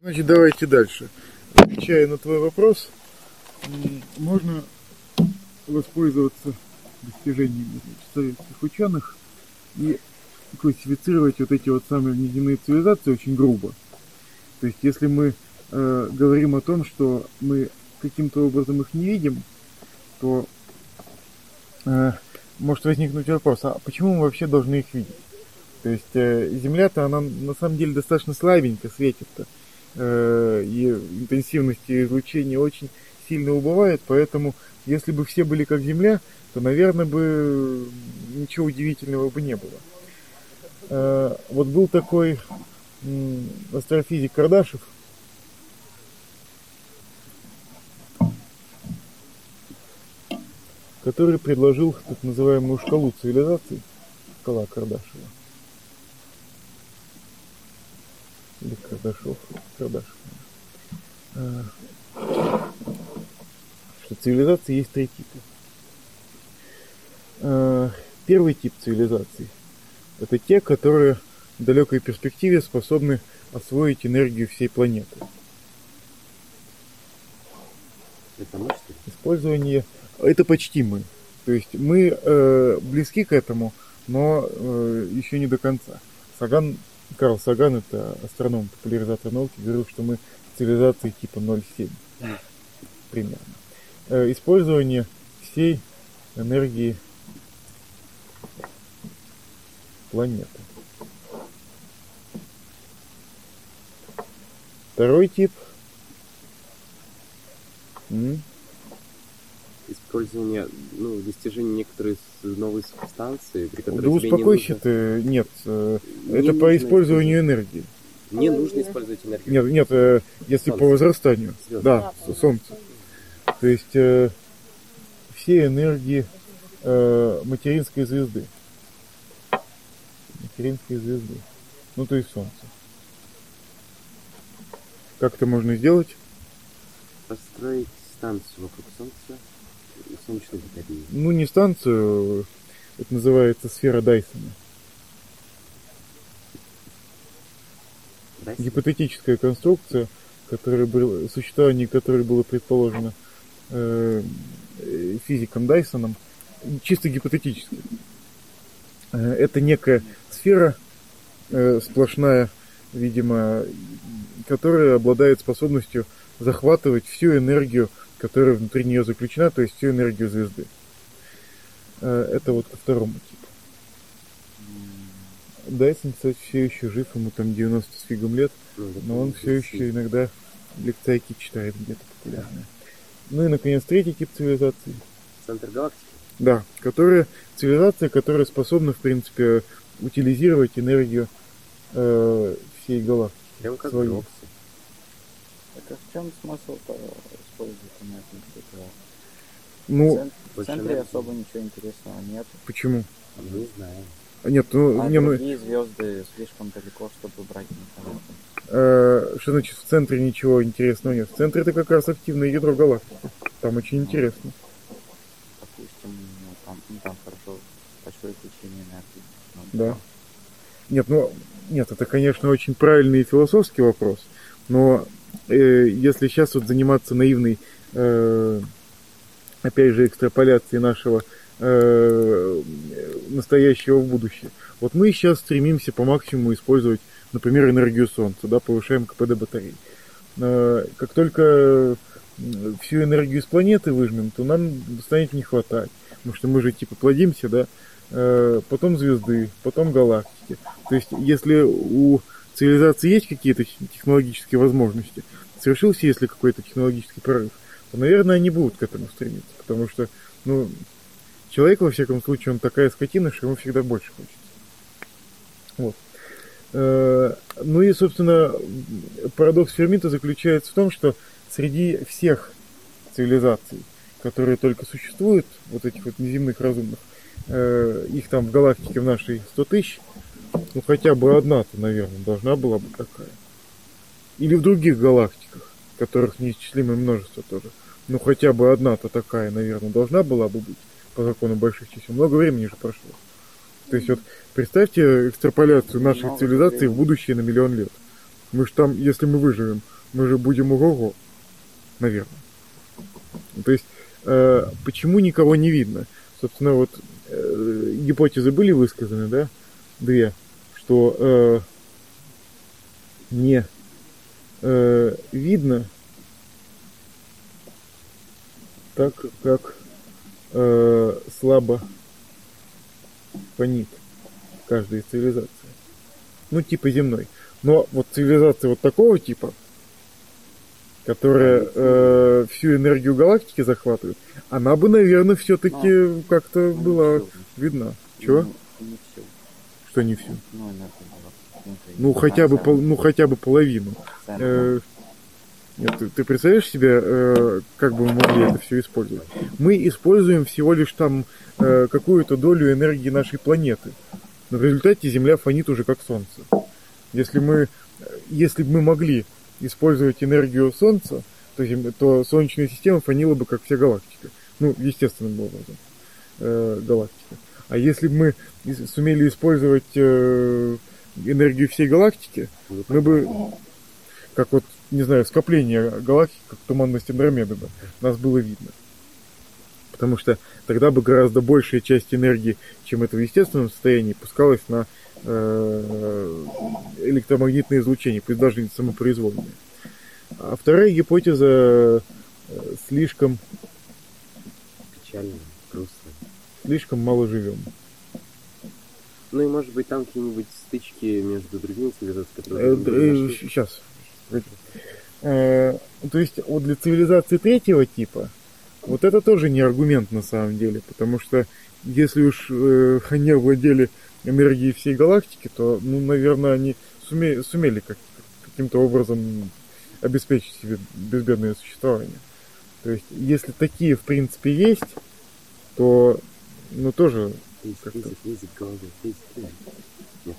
Значит, давайте дальше. Отвечая на твой вопрос, можно воспользоваться достижениями советских ученых и классифицировать вот эти вот самые внеземные цивилизации очень грубо. То есть, если мы говорим о том, что мы каким-то образом их не видим, то может возникнуть вопрос, а почему мы вообще должны их видеть? То есть Земля-то, она на самом деле достаточно слабенько светит-то, и интенсивность излучения очень сильно убывает, поэтому если бы все были как Земля, то, наверное, бы ничего удивительного бы не было. Вот был такой астрофизик Кардашев, который предложил так называемую шкалу цивилизаций, шкала Кардашева. Или Кардашев. Что цивилизации есть три типа. Первый тип цивилизаций — это те, которые в далекой перспективе способны освоить энергию всей планеты. Это мы, что ли? Использование... Это почти мы. То есть мы близки к этому, но еще не до конца. Карл Саган, это астроном, популяризатор науки, говорил, что мы цивилизации типа 0,7 примерно. Использование всей энергии планеты. Второй тип. Использование, достижение некоторой новой субстанции, при которой Да успокойся ты, нет, это по использованию энергии. Не нужно использовать энергию. Нет, если Солнце. По возрастанию. Звезды. Да, Солнце. То есть все энергии материнской звезды. Ну, то есть Солнце. Как это можно сделать? Построить станцию вокруг Солнца и солнечной батареи. Ну, не станцию, это называется сфера Дайсона. Гипотетическая конструкция, существование которой было предположено физиком Дайсоном, чисто гипотетически. Это некая сфера сплошная, видимо, которая обладает способностью захватывать всю энергию, которая внутри нее заключена, то есть всю энергию звезды. Это вот ко второму типу. Дайсон, кстати, все еще жив, ему там 90 с фигом лет, но он все еще иногда лекцийки читает где-то популярные. Ну и, наконец, третий тип цивилизации. Центр галактики? Да, цивилизация, которая способна, в принципе, утилизировать энергию всей галактики. Прям как своей. Гроксы. Так а в чем смысл использовать энергию? Ну, В центре особо ничего интересного нет. почему? Не знаю. Нет, Другие звезды слишком далеко, чтобы брать информацию. что значит в центре ничего интересного нет? В центре это как раз активное ядро галактики. Там очень интересно. Допустим, там хорошо большое включение энергии. Да. Нет, это, конечно, очень правильный и философский вопрос, но если сейчас вот заниматься наивной, опять же, экстраполяцией нашего настоящего в будущее. Вот мы сейчас стремимся по максимуму использовать, например, энергию Солнца, да, повышаем КПД батарей. Как только всю энергию из планеты выжмем, то нам станет не хватать, потому что мы же типа плодимся, да, потом звезды, потом галактики. То есть, если у цивилизации есть какие-то технологические возможности, совершился, если какой-то технологический прорыв, то, наверное, они будут к этому стремиться, потому что, человек, во всяком случае, он такая скотина, что ему всегда больше хочется. Вот. Ну и, собственно, парадокс Фермита заключается в том, что среди всех цивилизаций, которые только существуют, вот этих вот неземных разумных, их там в галактике в нашей 100 тысяч, хотя бы одна-то, наверное, должна была быть такая. Или в других галактиках, которых неисчислимое множество тоже. Хотя бы одна-то такая, наверное, должна была бы быть по закону больших чисел. Много времени же прошло. То есть вот представьте экстраполяцию нашей цивилизации в будущее на миллион лет. Мы же там, если мы выживем, мы же будем ого-го, наверное. То есть, почему никого не видно? Собственно, вот гипотезы были высказаны, да? Две. Что не видно так, как слабо фонит каждая из цивилизаций. Ну, типа земной. Но вот цивилизация вот такого типа, которая всю энергию галактики захватывает, она бы, наверное, все-таки как-то была видна. Чего? Не все. Что не всю? Ну, энергия галактики. Ну, хотя бы половину. Нет, ты представляешь себе, как бы мы могли это все использовать? Мы используем всего лишь там какую-то долю энергии нашей планеты. Но в результате Земля фонит уже как Солнце. Если бы мы могли использовать энергию Солнца, то Солнечная система фонила бы как вся галактика. Ну, естественным образом. Галактика. А если бы мы сумели использовать энергию всей галактики, мы бы, как вот, не знаю, скопление галактик, как туманность Андромеды бы, нас было видно. Потому что тогда бы гораздо большая часть энергии, чем это в естественном состоянии, пускалась на электромагнитное излучение, пусть даже не самопроизвольное. А вторая гипотеза слишком Печально, грустно. Слишком мало живем. Ну и может быть там какие-нибудь стычки между другими цивилизациями, которые... Сейчас. То есть вот для цивилизации третьего типа вот это тоже не аргумент на самом деле, потому что если уж они овладели энергией всей галактики, то, ну, наверное, они сумели каким-то образом обеспечить себе безбедное существование. То есть, если такие, в принципе, есть, то, ну, тоже как-то... Физик в голове, физик. Нет.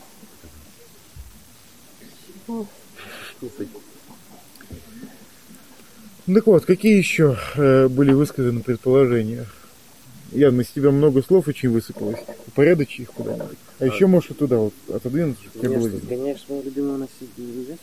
Так вот, какие еще были высказаны предположения? Ян, из тебя много слов очень высыпалось. Упорядочи их куда-нибудь. А еще можешь и туда вот отодвинуть, чтобы тебе было видно. Конечно, моего любимого носителя.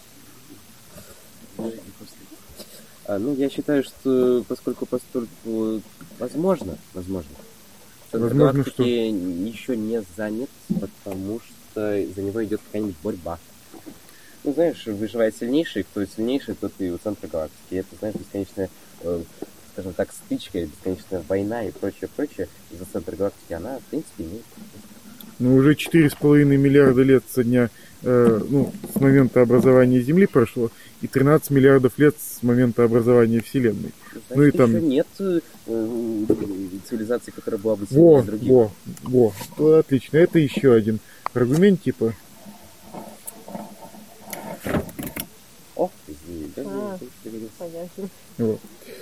Ну, я считаю, что поскольку возможно, центр галактики еще не занят, потому что за него идет какая-нибудь борьба. Ну, знаешь, выживает сильнейший, кто сильнейший, тот и у центра галактики. Это, знаешь, бесконечная, скажем так, стычка, бесконечная война и прочее. За центр галактики она, в принципе, имеет. Ну, уже 4,5 миллиарда лет со дня, с момента образования Земли прошло, и 13 миллиардов лет с момента образования Вселенной. Значит, ну и там... еще нет цивилизации, которая была бы сильнее других. Отлично. Это еще один аргумент, типа... Понятно. Вот.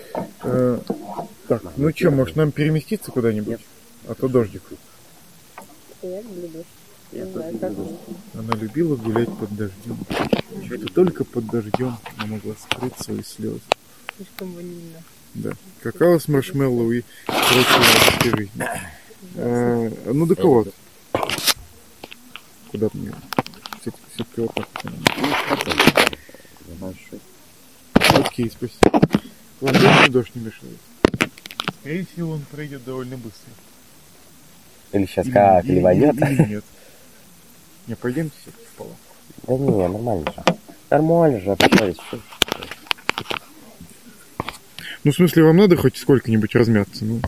Так, ну что, может нам переместиться куда-нибудь? Нет. А то дождик. Я люблю дождь. Я Не тоже знаю, как люблю вы. Она любила гулять под дождем. Что только под дождем она могла скрыть свои слезы. Слишком ванильно. Да. Какао с маршмеллоу и прочие радости жизни. Ну так вот. Куда мне? Все-таки вот так. Окей, спасибо. Ладно, дождь не мешает. Скорее всего, он пройдет довольно быстро. Или сейчас как ливанет. Или нет. Не, пойдемте все-таки в палату. Да не, нормально же. Нормально же, общались. Ну, в смысле, вам надо хоть сколько-нибудь размяться? Ну,